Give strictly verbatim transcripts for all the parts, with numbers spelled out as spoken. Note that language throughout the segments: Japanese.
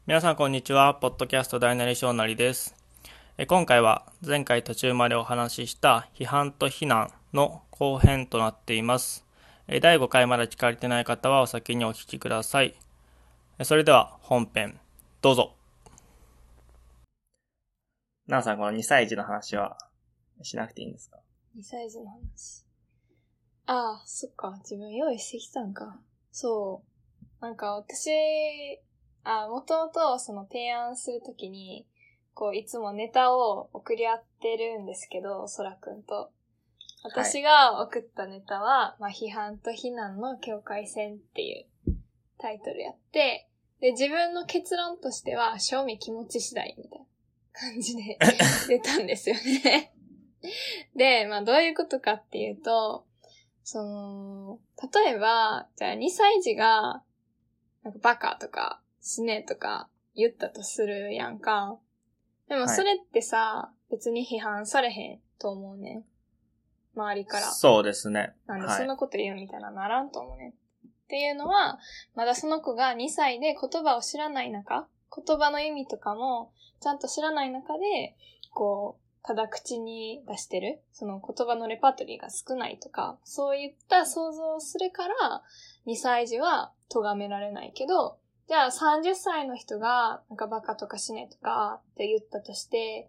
皆さんこんにちは。ポッドキャスト大なり小なりです。え今回は前回途中までお話しした批判と非難の後編となっています。えだいごかいまだ聞かれてない方はお先にお聞きください。えそれでは本編どうぞ。なおさん、このにさい児の話はしなくていいんですか？ にさい児の話。ああ、そっか。自分用意してきたんか。そう。なんか私、あ、もともとその提案するときに、こう、いつもネタを送り合ってるんですけど、そらくんと。私が送ったネタは、はい、まあ、批判と非難の境界線っていうタイトルやって、で、自分の結論としては、正味気持ち次第みたいな感じで出たんですよね。で、まあどういうことかっていうと、その、例えば、じゃあにさい児が、なんかバカとか死ねとか言ったとするやんか。でもそれってさ、はい、別に批判されへんと思うね。周りから。 そうですね。 なんでそんなこと言うみたいなならんと思うね。っていうのは、まだその子がにさいで言葉を知らない中、言葉の意味とかもちゃんと知らない中で、こう、ただ口に出してる、その言葉のレパートリーが少ないとか、そういった想像をするから、にさい児は咎められないけど、じゃあさんじゅっさいの人が、なんかバカとか死ねとかって言ったとして、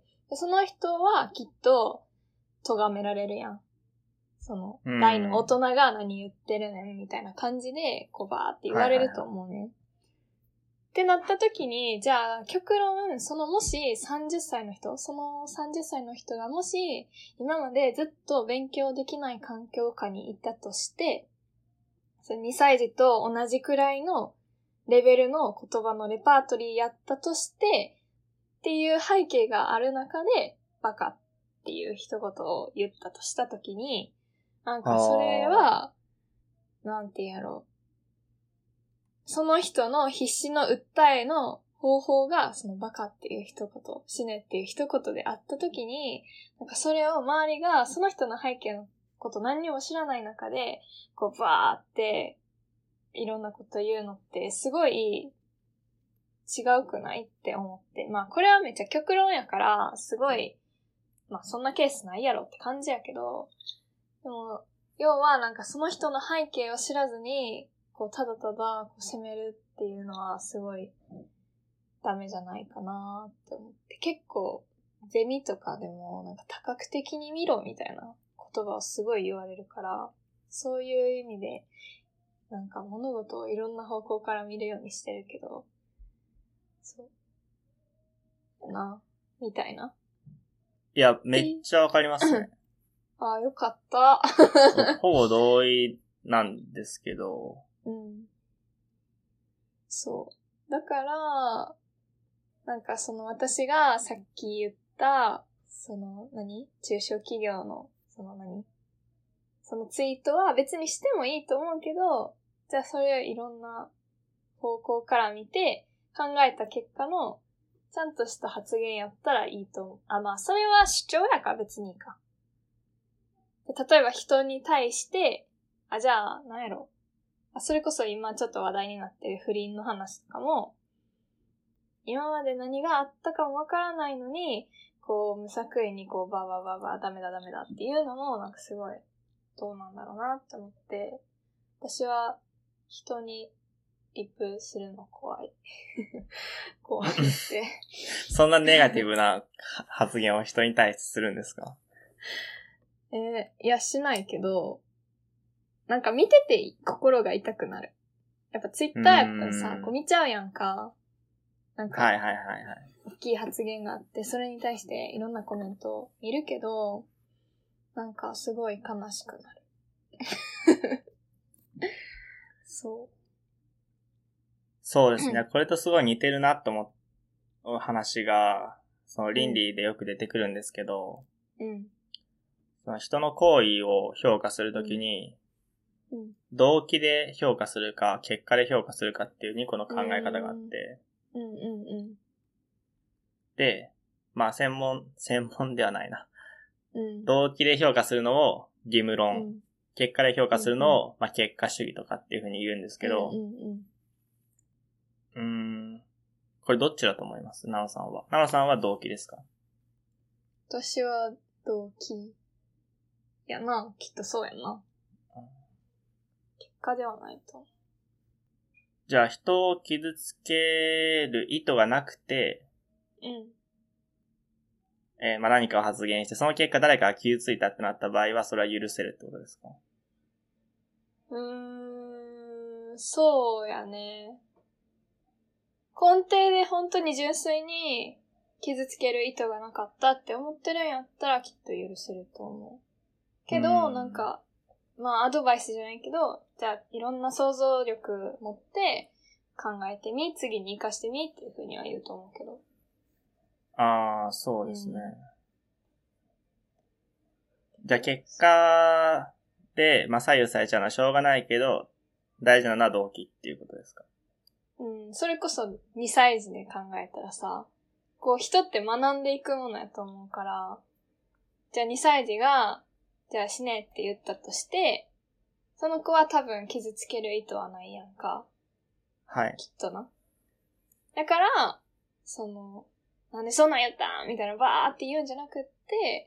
その人はきっと咎められるやん。その、大の大人が何言ってるねんみたいな感じで、こうバーって言われると思うね。はいはいはい、ってなった時に、じゃあ、極論、そのもしさんじゅっさいの人、そのさんじゅっさいの人がもし、今までずっと勉強できない環境下にいたとして、そのにさい児と同じくらいのレベルの言葉のレパートリーやったとして、っていう背景がある中で、バカっていう一言を言ったとした時に、なんかそれは、なんて言うんやろう。その人の必死の訴えの方法が、そのバカっていう一言、死ねっていう一言であったときに、なんかそれを周りが、その人の背景のこと何にも知らない中で、こうバーって、いろんなこと言うのって、すごい、違うくないって思って。まあこれはめっちゃ極論やから、すごい、まあそんなケースないやろって感じやけど、でも、要はなんかその人の背景を知らずに、こう、ただただこう責めるっていうのはすごいダメじゃないかなって思って。結構、ゼミとかでもなんか多角的に見ろみたいな言葉をすごい言われるから、そういう意味で、なんか物事をいろんな方向から見るようにしてるけど、そう。だな、みたいな。 いや、めっちゃわかりますね。 ああ、よかった。 ほぼ同意なんですけど。 うん。そう。だから、なんかその私がさっき言った、その何中小企業の、その何そのツイートは別にしてもいいと思うけど、じゃあそれをいろんな方向から見て考えた結果のちゃんとした発言やったらいいと思う。あ、まあそれは主張やから別にいいか。例えば人に対して、あ、じゃあ、なんやろ。あ、それこそ今ちょっと話題になってる不倫の話とかも、今まで何があったかもわからないのに、こう、無作為にこう、バーバーバーバー、ダメだダメだっていうのも、なんかすごい、どうなんだろうなって思って、私は人にリプするの怖い。怖いって。 そんなネガティブな発言を人に対してするんですか？ えー、いや、しないけど、なんか見てて心が痛くなる。やっぱツイッターやったらさ、こう見ちゃうやんか。なんか、 はいはいはいはい。 大きい発言があって、それに対していろんなコメントを見るけど、なんかすごい悲しくなる。そう。 そうですね。これとすごい似てるなと思う話が、その倫理でよく出てくるんですけど、 うん。 その人の行為を評価するときに、うん、動機で評価するか、結果で評価するかっていうにこの考え方があって、 うんうんうん、 で、まあ専門、専門ではないな。 うん、 動機で評価するのを義務論、うん、結果で評価するのを、うん、まあ結果主義とかっていうふうに言うんですけど、うんうんうん、うーんこれどっちだと思います？ナナさんは。ナナさんは動機ですか？ 私は動機やな。きっとそうやな。うん、結果ではないと。 じゃあ人を傷つける意図がなくて、 うん。 えー、まあ何かを発言して、その結果誰かが傷ついたってなった場合は、それは許せるってことですか？ うーん、そうやね。根底で本当に純粋に傷つける意図がなかったって思ってるんやったらきっと許せると思う。けど、なんか、まあアドバイスじゃないけど、じゃあいろんな想像力持って考えてみ、次に活かしてみっていうふうには言うと思うけど。 ああ、そうですね。うん、じゃあ結果で、まあ左右されちゃうのはしょうがないけど、大事なのは動機っていうことですか？ うん、それこそにさい児で考えたらさ、こう人って学んでいくものやと思うから、じゃあにさい児が、じゃあ死ねって言ったとして、その子は多分傷つける意図はないやんか。 はい。 きっとな。だから、その、なんでそんなんやったんみたいなバーって言うんじゃなくって、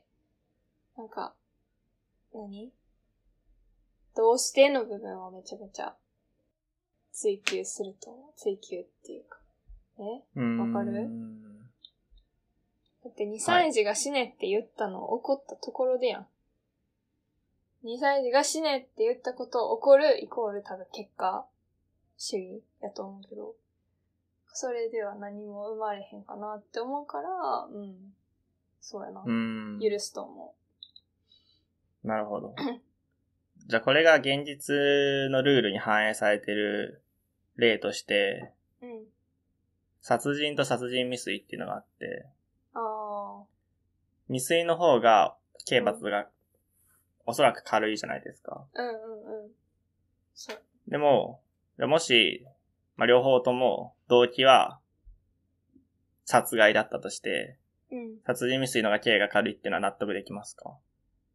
なんか、何どうしての部分をめちゃめちゃ追求すると、追求っていうか。えわかる？だってにさい児が死ねって言ったのを怒ったところでやん。にさい児が死ねって言ったことを怒るイコール多分結果主義やと思うけど、それでは何も生まれへんかなって思うから、うん。そうやな。うん許すと思う。なるほど。じゃあこれが現実のルールに反映されてる例として、うん、殺人と殺人未遂っていうのがあって、あ未遂の方が刑罰が、うん、おそらく軽いじゃないですか。うんうんうん。そう。でも、もし、まあ、両方とも動機は殺害だったとして、うん、殺人未遂のが刑が軽いっていうのは納得できますか？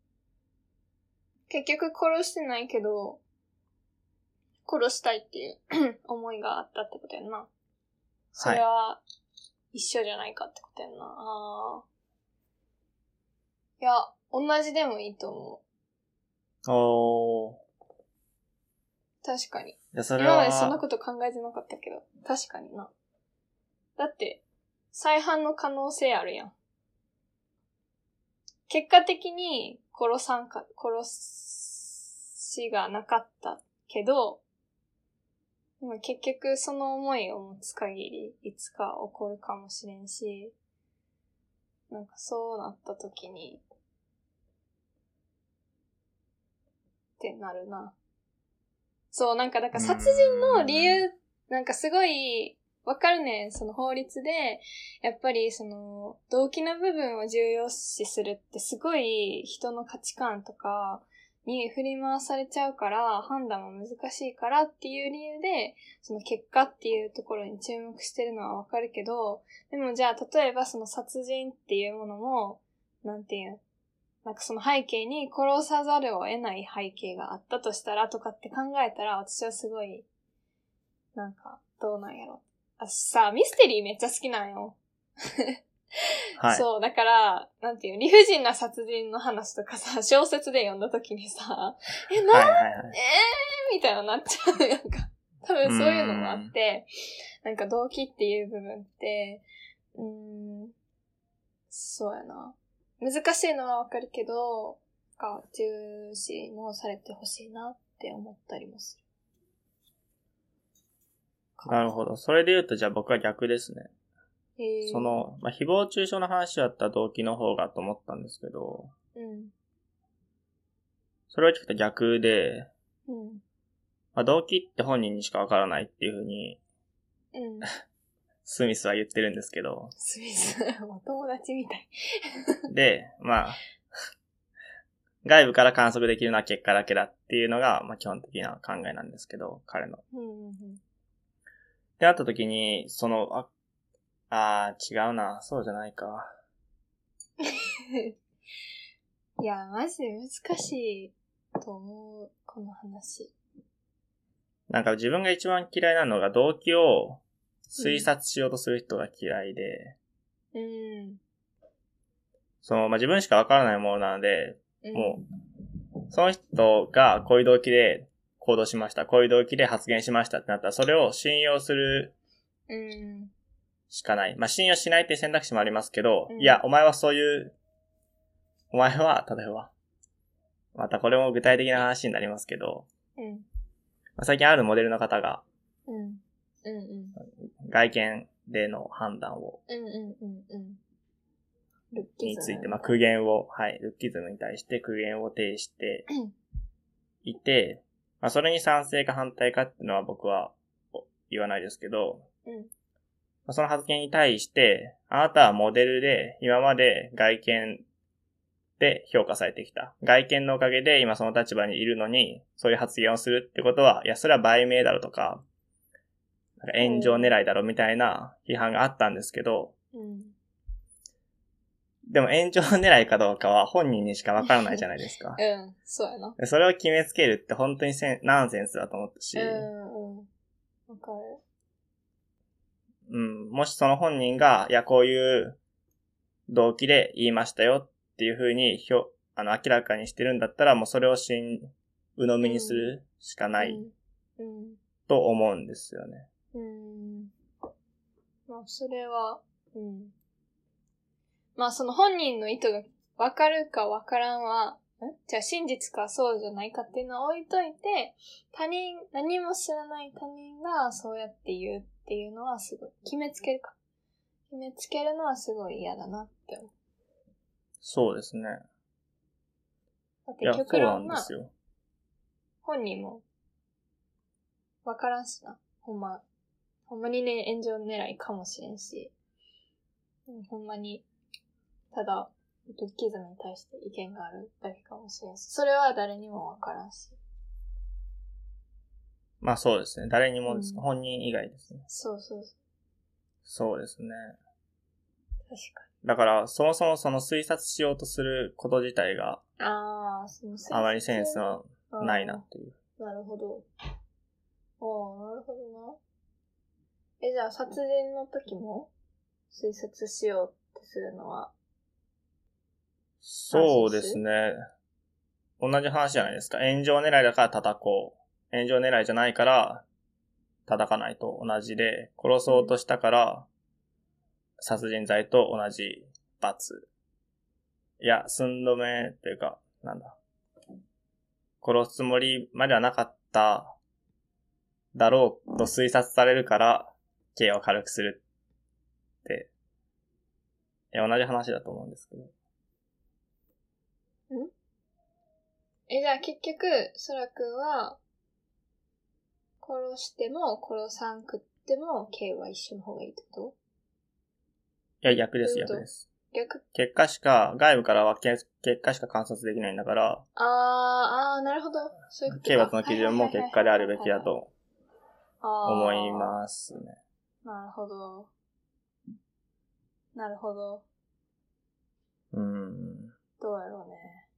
結局殺してないけど、殺したいっていう思いがあったってことやんな。それは一緒じゃないかってことやんな。あいや、同じでもいいと思う。おー。確かに。それは今までそんなこと考えてなかったけど、確かにな。だって、再犯の可能性あるやん。結果的に殺さんか、殺しがなかったけど、でも結局その思いを持つ限りいつか起こるかもしれんし、なんかそうなった時に、ってなるな。そう、なんかだから殺人の理由、なんかすごいわかるねん。その法律で、やっぱりその動機の部分を重要視するってすごい人の価値観とかに振り回されちゃうから判断も難しいからっていう理由で、その結果っていうところに注目してるのはわかるけど、でもじゃあ例えばその殺人っていうものも、なんていうなんかその背景に殺さざるを得ない背景があったとしたらとかって考えたら私はすごい、なんかどうなんやろ。私さ、ミステリーめっちゃ好きなんよ。はい。そう、だから、なんていう、理不尽な殺人の話とかさ、小説で読んだ時にさ、え、な、はいはいはい、えーみたいななっちゃうやんか。多分そういうのもあって、なんか動機っていう部分って、うーん、そうやな。難しいのはわかるけど、が重視もされてほしいなって思ったりもする。 なるほど。それで言うとじゃあ僕は逆ですね。えー、その、まあ、誹謗中傷の話だった動機の方がと思ったんですけど、うん。それを聞くと逆で、うん。まあ、動機って本人にしかわからないっていうふうに、うん。スミスは言ってるんですけど。 スミス、お友達みたい。 で、まあ、外部から観測できるのは結果だけだっていうのが、まあ基本的な考えなんですけど、彼の。うんうんうん、ってなった時に、その、あ、あー違うな、そうじゃないか。 いや、マジで難しいと思う、この話。 なんか自分が一番嫌いなのが動機を推察しようとする人が嫌いで、 うん。 その、まあ、自分しかわからないものなので、 うん、 もう、その人がこういう動機で行動しました、こういう動機で発言しましたってなったら、それを信用するしかない。まあ、信用しないっていう選択肢もありますけど、うん、いや、お前はそういう、お前は、例えば、またこれも具体的な話になりますけど、うんまあ、最近あるモデルの方が、うんうんうん、外見での判断を、うんうんうんうんについて、まあ、苦言を、はい、ルッキズムに対して苦言を呈していて、まあ、それに賛成か反対かっていうのは僕は言わないですけど、うんまあ、その発言に対して、あなたはモデルで今まで外見で評価されてきた。外見のおかげで今その立場にいるのに、そういう発言をするってことは、いや、それは売名だろとか、なんか炎上狙いだろみたいな批判があったんですけど、うんでも炎上狙いかどうかは本人にしかわからないじゃないですか。 うん、そうやな。 それを決めつけるって本当にセンナンセンスだと思ったし。うん、うん。 わかる。 うん。もしその本人が、いや、こういう動機で言いましたよっていう風に、ひょ、あの、明らかにしてるんだったら、もうそれをしん、鵜呑みにするしかない、うんうん、と思うんですよね。うん。 まあ、それは、うん。まあその本人の意図が分かるか分からんは、んじゃあ真実かそうじゃないかっていうのを置いといて、他人、何も知らない他人がそうやって言うっていうのはすごい、決めつけるか。決めつけるのはすごい嫌だなって思う。 そうですね。 だって極論な、本人も分からんしな。ほんま、ほんまにね、炎上狙いかもしれんし、ほんまに、ただ、ルッキズムに対して意見があるだけかもしれんし、それは誰にもわからんし。 まあそうですね。誰にもです、うん、本人以外ですね。 そうそうそう。 そうですね。 確かに。 だから、そもそもその推察しようとすること自体が、 ああ、その推察あまりセンスはないなっていう。 なるほど。ああ、なるほどな。え、じゃあ殺人の時も推察しようってするのは、 そうですね。同じ話じゃないですか。炎上狙いだから叩こう。炎上狙いじゃないから叩かないと同じで、殺そうとしたから殺人罪と同じ罰。いや、寸止めというか、なんだ。殺すつもりまではなかっただろうと推察されるから刑を軽くするって、いや、同じ話だと思うんですけど。 んえ、じゃあ結局、そらくんは、殺しても殺さんくっても、刑は一緒の方がいいってこと？ いや、逆です、逆です。 逆？ 結果しか、外部からは結果しか観察できないんだから、 あー、あー、なるほど。そういうことか。 刑罰の基準も結果であるべきだと思いますね。 なるほど。なるほど。 うーん。 どうやろうね。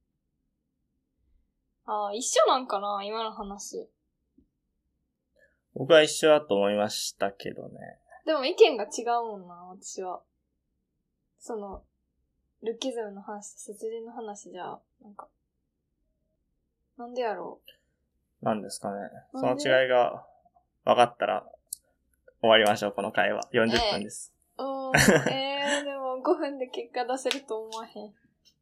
ああ、一緒なんかな今の話。 僕は一緒だと思いましたけどね。 でも意見が違うもんな、私は。その、ルッキズムの話と殺人の話じゃ、なんか、なんでやろう。なんですかね。その違いが分かったら終わりましょう、この会話。よんじゅっぷんです。 えー、うん。えー、でもごふんで結果出せると思わへん。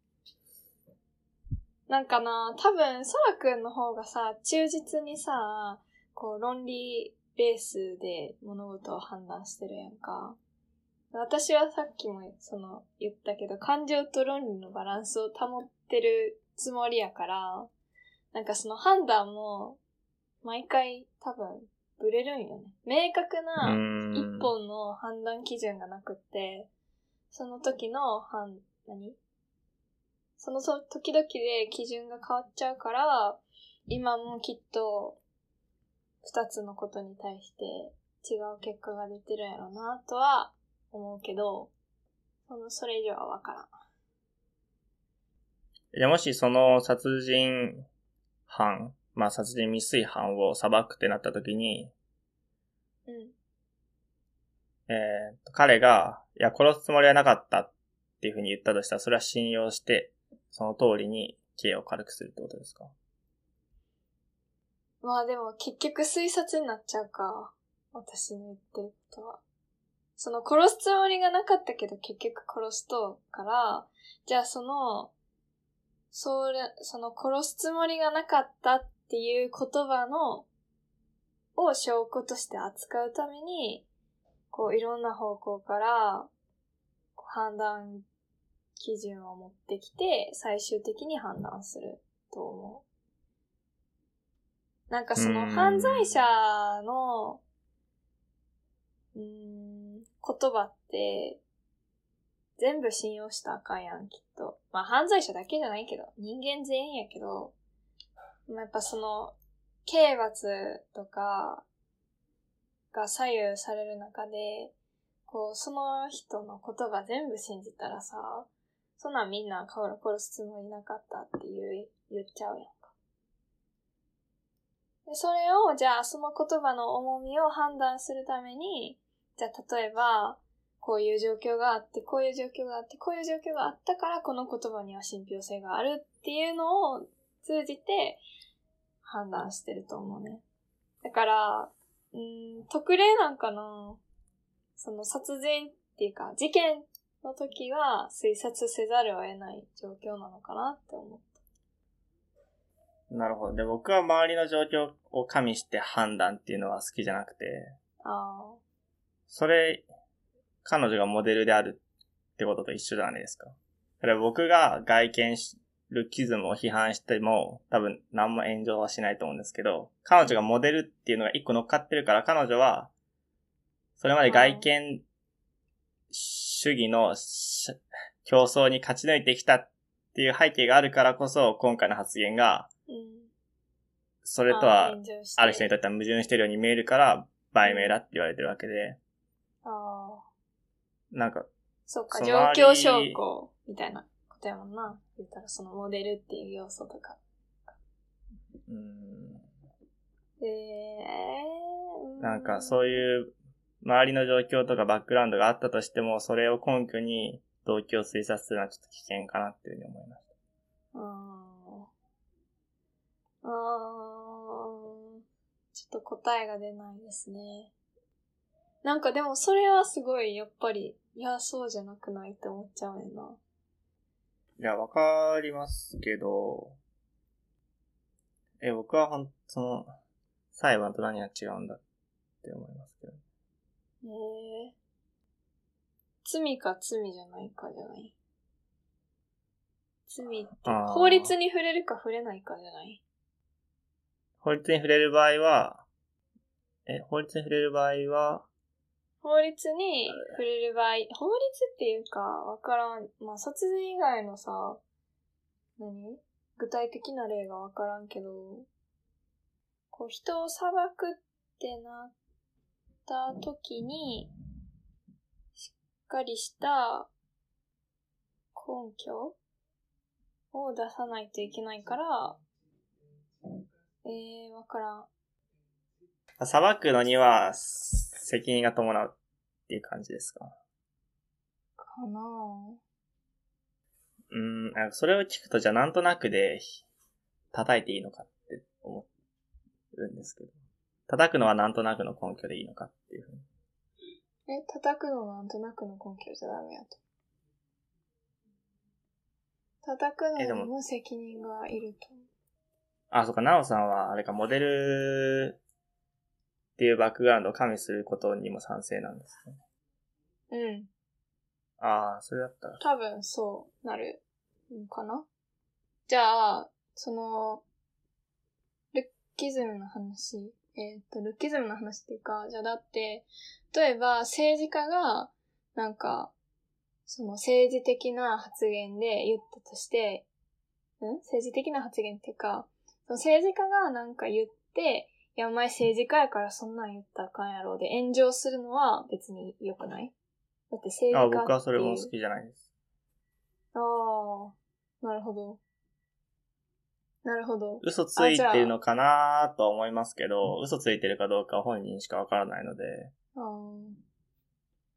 なんかな、多分、そらくんの方がさ、忠実にさ、こう、論理ベースで物事を判断してるやんか。私はさっきもその言ったけど、感情と論理のバランスを保ってるつもりやから、なんかその判断も毎回多分ブレるんよね。明確な一本の判断基準がなくって、その時の判、何その時々で基準が変わっちゃうから、今もきっと二つのことに対して違う結果が出てるんやろうなとは思うけど、その、それ以上はわからん。 いや、もしその殺人犯、まあ殺人未遂犯を裁くってなった時に、うん。 えーと、彼が、いや、殺すつもりはなかったっていうふうに言ったとしたら、それは信用して、その通りに刑を軽くするってことですか？ まあでも結局推察になっちゃうか。私の言ってることは。その殺すつもりがなかったけど結局殺しとから、じゃあその、それ、その殺すつもりがなかったっていう言葉の、を証拠として扱うために、こういろんな方向から判断基準を持ってきて最終的に判断すると思う。なんかその犯罪者のうーん言葉って全部信用したらあかんやんきっと。まあ犯罪者だけじゃないけど人間全員やけど、やっぱその刑罰とかが左右される中で、こう、その人の言葉全部信じたらさ、そんなんみんな殺すつもりなかったって言う、言っちゃうやんか。で、それを、じゃあその言葉の重みを判断するために、じゃあ例えば、こういう状況があって、こういう状況があって、こういう状況があったから、この言葉には信憑性があるっていうのを通じて判断してると思うね。だから、うーん、特例なんかな？その殺人っていうか、事件の時は推察せざるを得ない状況なのかなって思った。 なるほど。で、僕は周りの状況を加味して判断っていうのは好きじゃなくて、 ああ。 それ、彼女がモデルであるってことと一緒じゃないですか。だから僕が外見ルッキズムを批判しても多分何も炎上はしないと思うんですけど、彼女がモデルっていうのが一個乗っかってるから、彼女はそれまで外見主義の競争に勝ち抜いてきたっていう背景があるからこそ、今回の発言がそれとはある人にとっては矛盾してるように見えるから売名だって言われてるわけで、 ああ。 なんかそうか、状況証拠みたいなことやもんな。言ったらそのモデルっていう要素とか。 うーん。 えー、 なんかそういう周りの状況とかバックグラウンドがあったとしても、それを根拠に動機を推察するのはちょっと危険かなっていうふうに思いました。 あー。あー。ちょっと答えが出ないですね。なんかでもそれはすごいやっぱり、いや、そうじゃなくないって思っちゃうねんな。 いや、わかりますけど、え、僕はほん、その、裁判と何が違うんだって思いますけど。 へえ。罪か罪じゃないかじゃない。罪って、法律に触れるか触れないかじゃない。 法律に触れる場合は、え、法律に触れる場合は、 法律に触れる場合、法律っていうか、わからん。まあ、殺人以外のさ、何？具体的な例がわからんけど、こう、人を裁くってなった時に、しっかりした根拠を出さないといけないから、えー、わからん。 裁くのには責任が伴うっていう感じですか？ かなぁ。 うーん、それを聞くとじゃあなんとなくで叩いていいのかって思うんですけど。叩くのはなんとなくの根拠でいいのかっていうふうに。 え、叩くのはなんとなくの根拠じゃダメやと。叩くのにも責任がいると。 あ、そうか、なおさんはあれか、モデルっていうバックグラウンドを加味することにも賛成なんですね。 うん。 ああ、それだったら。 多分そうなるのかな。じゃあ、その、ルッキズムの話、えっと、ルッキズムの話っていうか、じゃあだって、例えば政治家が、なんか、その政治的な発言で言ったとして、ん政治的な発言っていうか、その政治家がなんか言って、いや、お前政治家やからそんなん言ったらあかんやろで炎上するのは別に良くない？だって政治家っていう。 あ、僕はそれも好きじゃないです。 ああ、なるほど。なるほど。 嘘ついてるのかなとは思いますけど、嘘ついてるかどうかは本人しかわからないので。 あ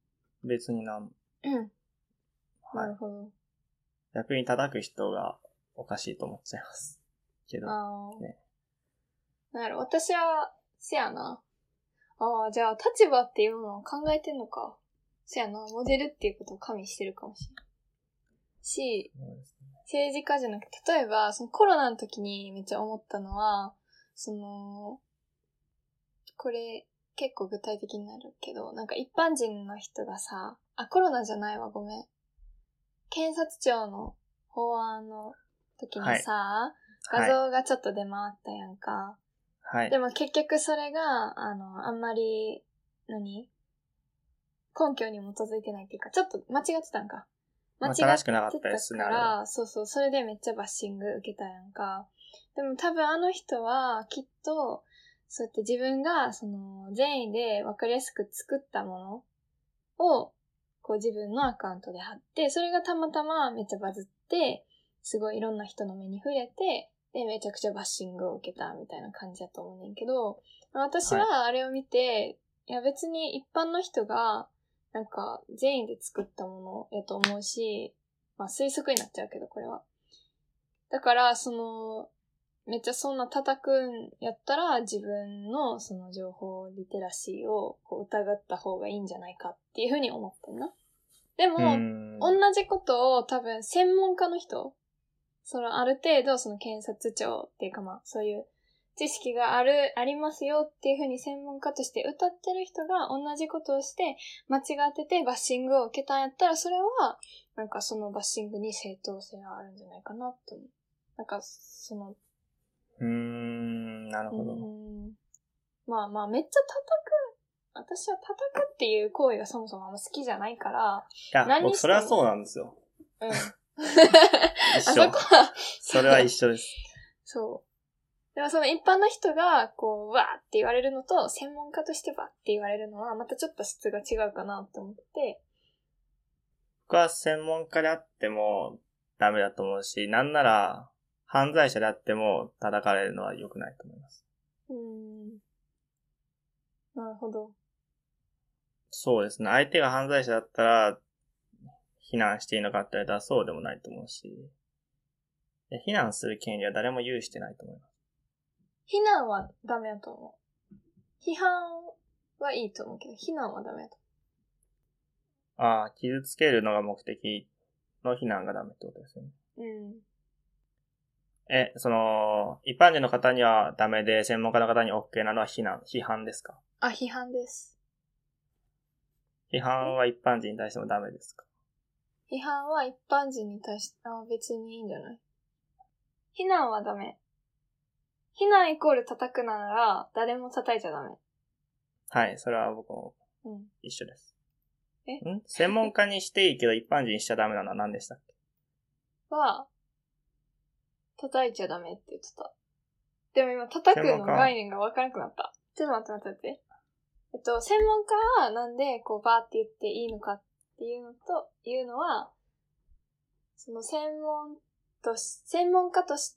別になん、 うん。 は。 ないるほど。 逆に叩く人がおかしいと思っちゃいます。けど。 ああ。 ね。 なる私は、せやな。ああ、じゃあ立場っていうのを考えてんのか。せやな、モデルっていうことを加味してるかもしれない。し、 そうですね。 政治家じゃなくて、例えば、そのコロナの時にめっちゃ思ったのは、その、これ結構具体的になるけど、なんか一般人の人がさ、あ、コロナじゃないわ、ごめん。検察庁の法案の時にさ、 はい、 画像がちょっと出回ったやんか。 はい。 でも結局それが、あの、あんまり、何根拠に基づいてないっていうか、ちょっと間違ってたんか。間違ってた正しくなかったですね、 かあれは。 ら、そうそう、それでめっちゃバッシング受けたやんか。でも多分あの人は、きっと、そうやって自分が、その、善意で分かりやすく作ったものを、こう自分のアカウントで貼って、それがたまたまめっちゃバズって、すごいいろんな人の目に触れて、で、めちゃくちゃバッシングを受けたみたいな感じだと思うねんけど、私はあれを見て、はい、いや別に一般の人が、なんか善意で作ったものやと思うし、まあ推測になっちゃうけど、これは。だから、その、めっちゃそんな叩くんやったら自分のその情報リテラシーをこう疑った方がいいんじゃないかっていうふうに思ってんな。でも、同じことを多分専門家の人、そのある程度その検察庁っていうかまあそういう知識がある、ありますよっていうふうに専門家として歌ってる人が同じことをして間違っててバッシングを受けたんやったらそれはなんかそのバッシングに正当性があるんじゃないかなって思う。なんかそのうーん、なるほど。 まあまあめっちゃ叩く、私は叩くっていう行為がそもそもあんま好きじゃないから、 いや、僕それはそうなんですよ。 うん。 一緒。 あそこはそれは一緒です。 そう。でもその一般の人が、こう、わーって言われるのと、専門家としてわーって言われるのは、またちょっと質が違うかなって思って。 僕は専門家であってもダメだと思うし、なんなら犯罪者であっても叩かれるのは良くないと思います。 うーん。なるほど。 そうですね。相手が犯罪者だったら、非難していいのかって言われたらそうでもないと思うし、非難する権利は誰も有してないと思います。 非難はダメだと思う。批判はいいと思うけど、非難はダメだと思う。ああ、傷つけるのが目的の非難がダメってことですよね。 うん。 え、その、一般人の方にはダメで、専門家の方に OK なのは非難、批判ですか？ あ、批判です。 批判は一般人に対してもダメですか？ 批判は一般人に対して、あ、別にいいんじゃない？非難はダメ。非難イコール叩くなら、誰も叩いちゃダメ。 はい、それは僕も一緒です。 うん、 えん専門家にしていいけど一般人にしちゃダメなのは何でしたっけ？ は、叩いちゃダメって言ってた。でも今、叩くの概念がわからなくなった。ちょっと待って待って待って。えっと、専門家はなんでこうバーって言っていいのかっていうのと、いうのは、その専門とし、専門家として、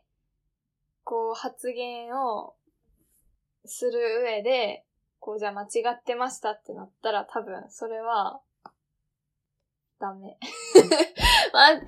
こう発言をする上で、こうじゃあ間違ってましたってなったら多分それは、ダメ。待って。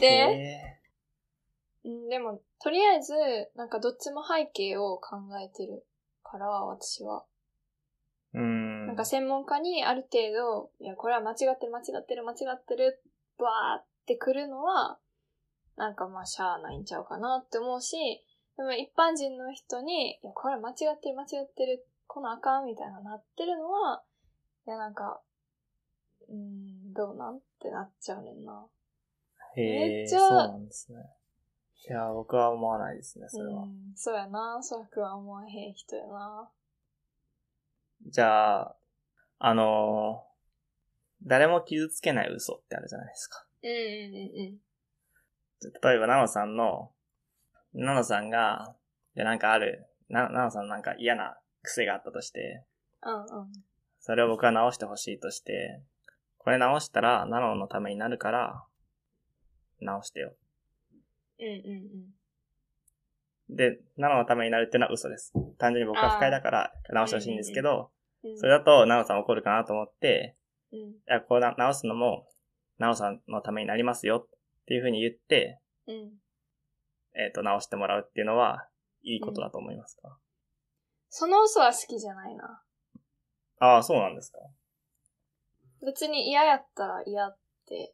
うん、でも、とりあえず、なんかどっちも背景を考えてるから、私は。 うーん。 なんか専門家にある程度、いや、これは間違ってる間違ってる間違ってる、バーってくるのは、なんかまあしゃあないんちゃうかなって思うし、でも一般人の人に、いや、これ間違ってる間違ってる、このあかんみたいななってるのは、いや、なんか、うーん、どうなんってなっちゃうねんな。 へめっちゃ、そうなんですね。いや、僕は思わないですね、それは。 うん、そうやな。そらくは思わへん人やな。 じゃあ、あのー、誰も傷つけない嘘ってあるじゃないですか。 うんうんうん。 例えば、ナノさんの、ナノさんが、で、なんかある、ナノさんなんか嫌な癖があったとして、 うんうん。 それを僕は直してほしいとして、これ直したらナノのためになるから、直してよ。 うんうんうん。で、ナノのためになるっていうのは嘘です。単純に僕は不快だから直してほしいんですけど、それだとナノさん怒るかなと思って、 うん。 いや、こうな直すのも、なおさんのためになりますよっていう風に言って、 うん。 えっと、直してもらうっていうのは、いいことだと思いますか？ その嘘は好きじゃないな。 ああ、そうなんですか。 別に嫌やったら嫌って、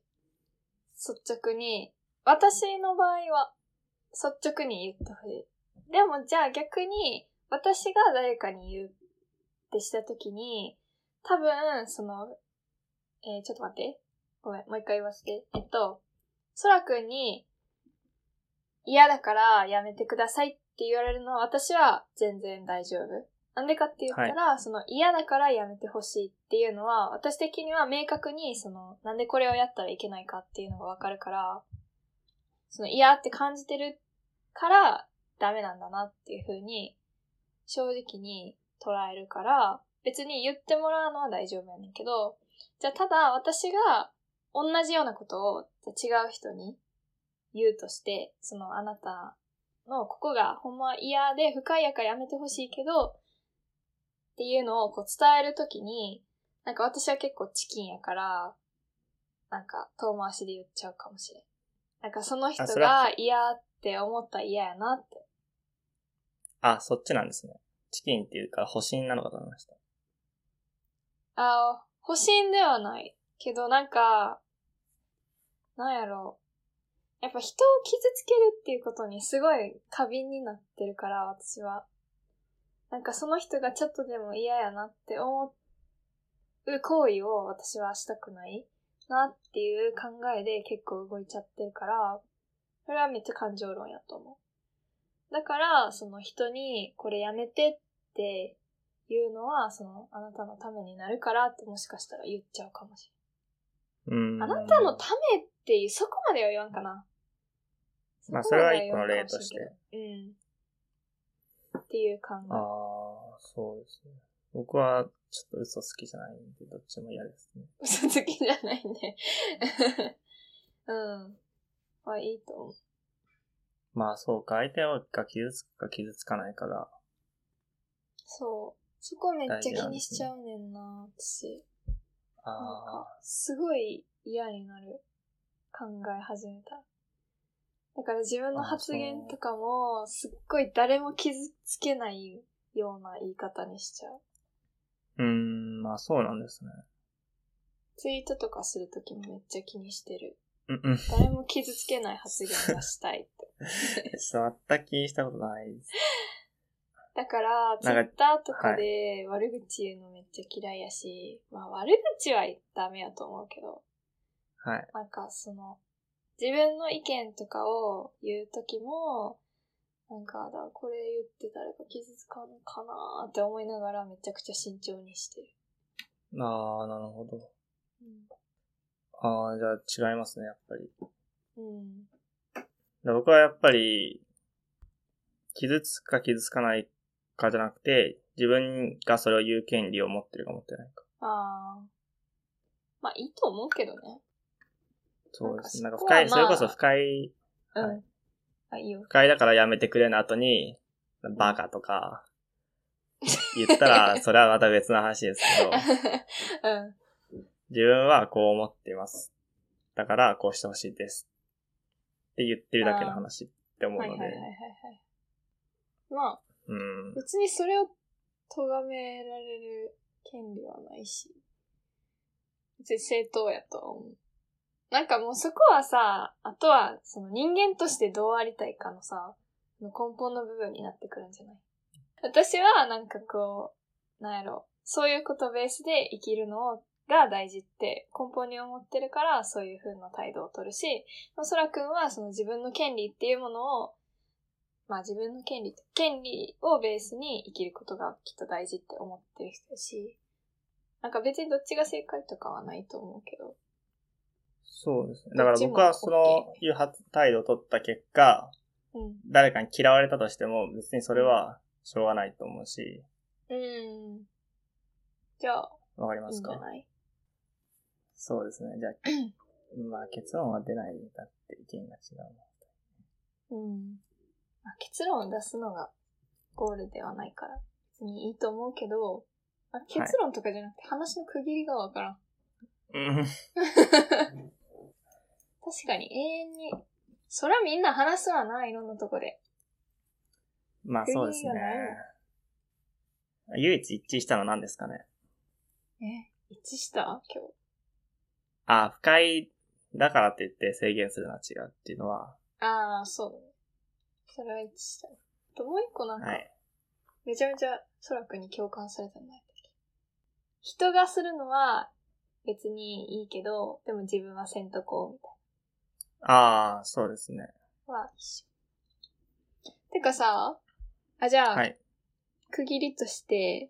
率直に、私の場合は、率直に言った方がいい。でも、じゃあ逆に、私が誰かに言うってしたときに、多分、その、えー、ちょっと待って。ごめん、もう一回言わせて。えっと、そらくんに、嫌だからやめてくださいって言われるのは私は全然大丈夫。なんでかって言ったら、はい、その嫌だからやめてほしいっていうのは、私的には明確に、その、なんでこれをやったらいけないかっていうのがわかるから、その嫌って感じてるからダメなんだなっていう風に、正直に捉えるから、別に言ってもらうのは大丈夫やねんけど、じゃあただ私が同じようなことを違う人に言うとして、そのあなたのここがほんま嫌で不快やからやめてほしいけど、っていうのをこう伝えるときに、なんか私は結構チキンやから、なんか遠回しで言っちゃうかもしれん。なんかその人が嫌って思ったら嫌やなって。 あ、そっちなんですね。チキンっていうか保身なのかと思いました。 あ、保身ではない。けどなんか、なんやろう。やっぱ人を傷つけるっていうことにすごい過敏になってるから、私は。なんかその人がちょっとでも嫌やなって思う行為を私はしたくないなっていう考えで結構動いちゃってるから、それはめっちゃ感情論やと思う。だから、その人にこれやめてっていうのは、そのあなたのためになるからってもしかしたら言っちゃうかもしれない。うーん。あなたのためっていう、そこまでは言わんかな。 まあそれは一個の例として。 うん。っていう考え。 ああ、そうですね。僕はちょっと嘘好きじゃないんで、どっちも嫌ですね。 嘘好きじゃないね。うん。まあいいと思う。 まあそうか、相手が傷つくか傷つかないかが。 そう。そこめっちゃ気にしちゃうねんな、私。ああ。なんか、すごい嫌になる。考え始めた。だから自分の発言とかも、すっごい誰も傷つけないような言い方にしちゃう。 うーん、まあそうなんですね。 ツイートとかするときもめっちゃ気にしてる。 うんうん。 誰も傷つけない発言がしたいって。 ちょっと全く気にしたことないです。 だから、ツイッターとかで悪口言うのめっちゃ嫌いやし、はい、まあ悪口はダメやと思うけど、 はい。 なんかその、自分の意見とかを言うときも、なんか、だこれ言って誰か傷つかんのかなーって思いながらめちゃくちゃ慎重にしてる。 ああ、なるほど。 うん、 ああ、じゃあ違いますね、やっぱり。 うん。 僕はやっぱり、傷つくか傷つかないかじゃなくて、自分がそれを言う権利を持ってるか持ってないか。 ああ。まあいいと思うけどね。 そうですね。なんか深い、それこそ深い、 うん。あ、いいよ。 不快だからやめてくれの後に、バカとか、言ったら、それはまた別の話ですけど、 うん、 自分はこう思っています。だから、こうしてほしいです。って言ってるだけの話って思うので。はいはいはいはい、はい。 まあ、 うん、 別にそれを咎められる権利はないし、別に正当やとは思う。なんかもうそこはさ、あとはその人間としてどうありたいかのさ、根本の部分になってくるんじゃない？私はなんかこう、なんやろ、そういうことベースで生きるのが大事って根本に思ってるからそういう風な態度を取るし、そらくんはその自分の権利っていうものを、まあ自分の権利、権利をベースに生きることがきっと大事って思ってる人だし、なんか別にどっちが正解とかはないと思うけど。 そうですね。だから僕はそのいう態度を取った結果、うん、誰かに嫌われたとしても別にそれはしょうがないと思うし。 うん。じゃあ、 わかりますか？いいんじゃない？そうですね。じゃあ、まあ結論は出ないだって意見が違う。うん。まあ、結論を出すのがゴールではないから別にいいと思うけど、まあ、結論とかじゃなくて話の区切りがわからん。 うん確かに永遠に、そらみんな話すわな、いろんなとこで。 まあそうですね区切りがないもん。 唯一一致したのは何ですかね。 え、一致した今日。 あ、不快だからって言って制限するのは違うっていうのは。 ああ、そうだね。それは一致した。あともう一個なんか、 はい、 めちゃめちゃソラ君に共感されたんだよ。人がするのは別にいいけど、でも自分はせんとこうみたいああ、そうですね。 な。は一緒。てかさ、あ、じゃあ、 はい。 区切りとして、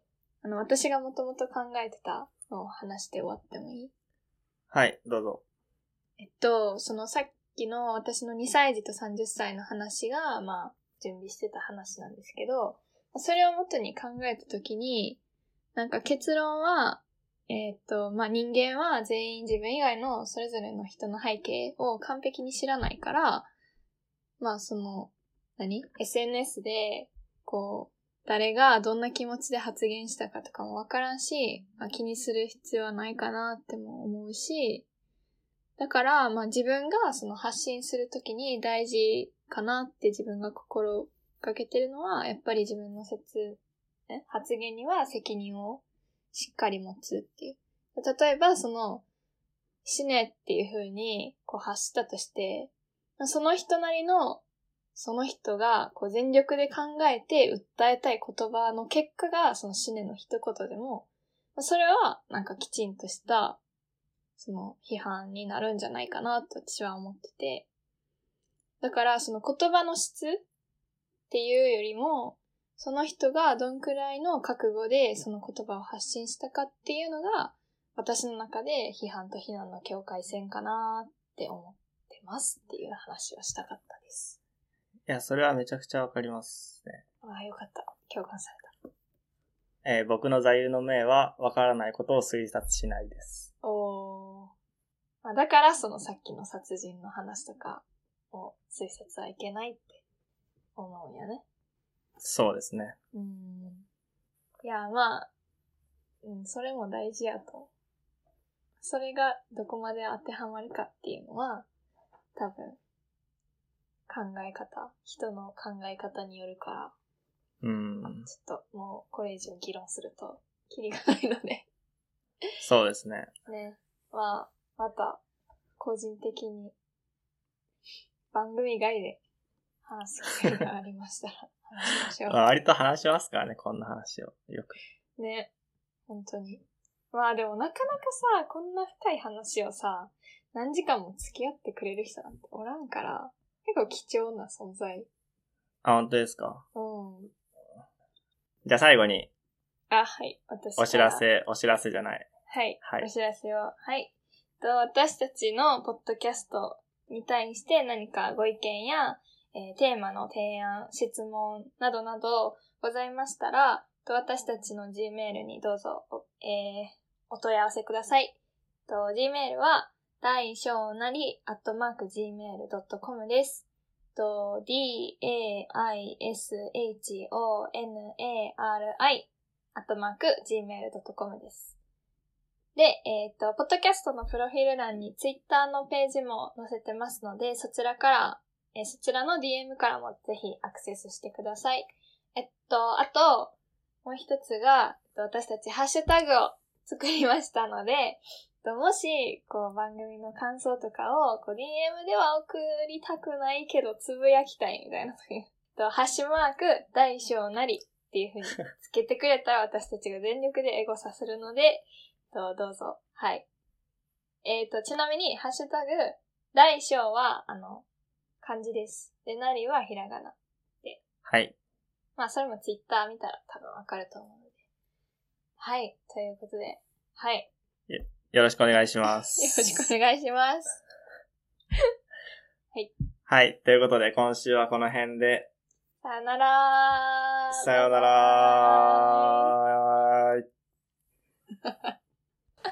あの、私がもともと考えてたのを話して終わってもいい？ はい、どうぞ。 えっと、そのさっきの私のにさい児とさんじゅっさいの話が、まあ、準備してた話なんですけど、それを元に考えたときに、なんか結論は、えっと、まあ、人間は全員自分以外のそれぞれの人の背景を完璧に知らないから、まあ、その、何？ エスエヌエス で、こう、誰がどんな気持ちで発言したかとかもわからんし、まあ、気にする必要はないかなっても思うし、だから、まあ自分がその発信するときに大事かなって自分が心がけてるのは、やっぱり自分の説、え発言には責任をしっかり持つっていう。例えば、その、死ねっていう風にこう発したとして、その人なりの、その人がこう全力で考えて訴えたい言葉の結果がその死ねの一言でも、それはなんかきちんとしたその批判になるんじゃないかなと私は思ってて。だからその言葉の質っていうよりも、その人がどんくらいの覚悟でその言葉を発信したかっていうのが、私の中で批判と非難の境界線かなって思ってますっていう話をしたかったです。 いや、それはめちゃくちゃわかりますね。 ああ、よかった。共感された。えー、僕の座右の銘は、わからないことを推察しないです。 おー。まあ、だからそのさっきの殺人の話とかを推察はいけないって思うんやね。 そうですね。 うん。いや、まあ、うん、それも大事やと。それがどこまで当てはまるかっていうのは、多分、考え方、人の考え方によるから、 うん。 ちょっともうこれ以上議論すると、キリがないので。 そうですね。 ね。まあ、また、個人的に、番組外で話す機会がありましたら、話しましょう。 割と話しますからね、こんな話を。よく。 ね。本当に。まあでもなかなかさ、こんな深い話をさ、何時間も付き合ってくれる人なんておらんから、結構貴重な存在。 あ、本当ですか？ うん。 じゃあ最後に。 あ、はい。私から。 お知らせ、お知らせじゃない。 はい。 はい。 お知らせを。はい。と私たちのポッドキャストに対して何かご意見や、えー、テーマの提案、質問などなどございましたら、と私たちの Gmail にどうぞ、えー、お問い合わせください。と Gmail は、大小なり、アットマーク ジーメールドットコム です。と、d, a, i, s, h, o, n, a, r, i、アットマーク ジーメールドットコム です。で、えっと、ポッドキャストのプロフィール欄に Twitter のページも載せてますので、そちらから、えー、そちらの ディーエム からもぜひアクセスしてください。えっと、あと、もう一つが、私たちハッシュタグを作りましたので、もし、こう、番組の感想とかを、こう、ディーエム では送りたくないけど、つぶやきたいみたいな時と、ハッシュマーク、大小なりっていう風につけてくれたら、私たちが全力でエゴサするので、とどうぞ。はい。えっと、ちなみに、ハッシュタグ、大小は、あの、漢字です。で、なりはひらがな。で。 はい。 まあ、それもツイッター見たら多分わかると思うので。はい。ということで、はい。 よろしくお願いします。 よろしくお願いします。はい。 はい。ということで、今週はこの辺で。 さよならー。 さよならー。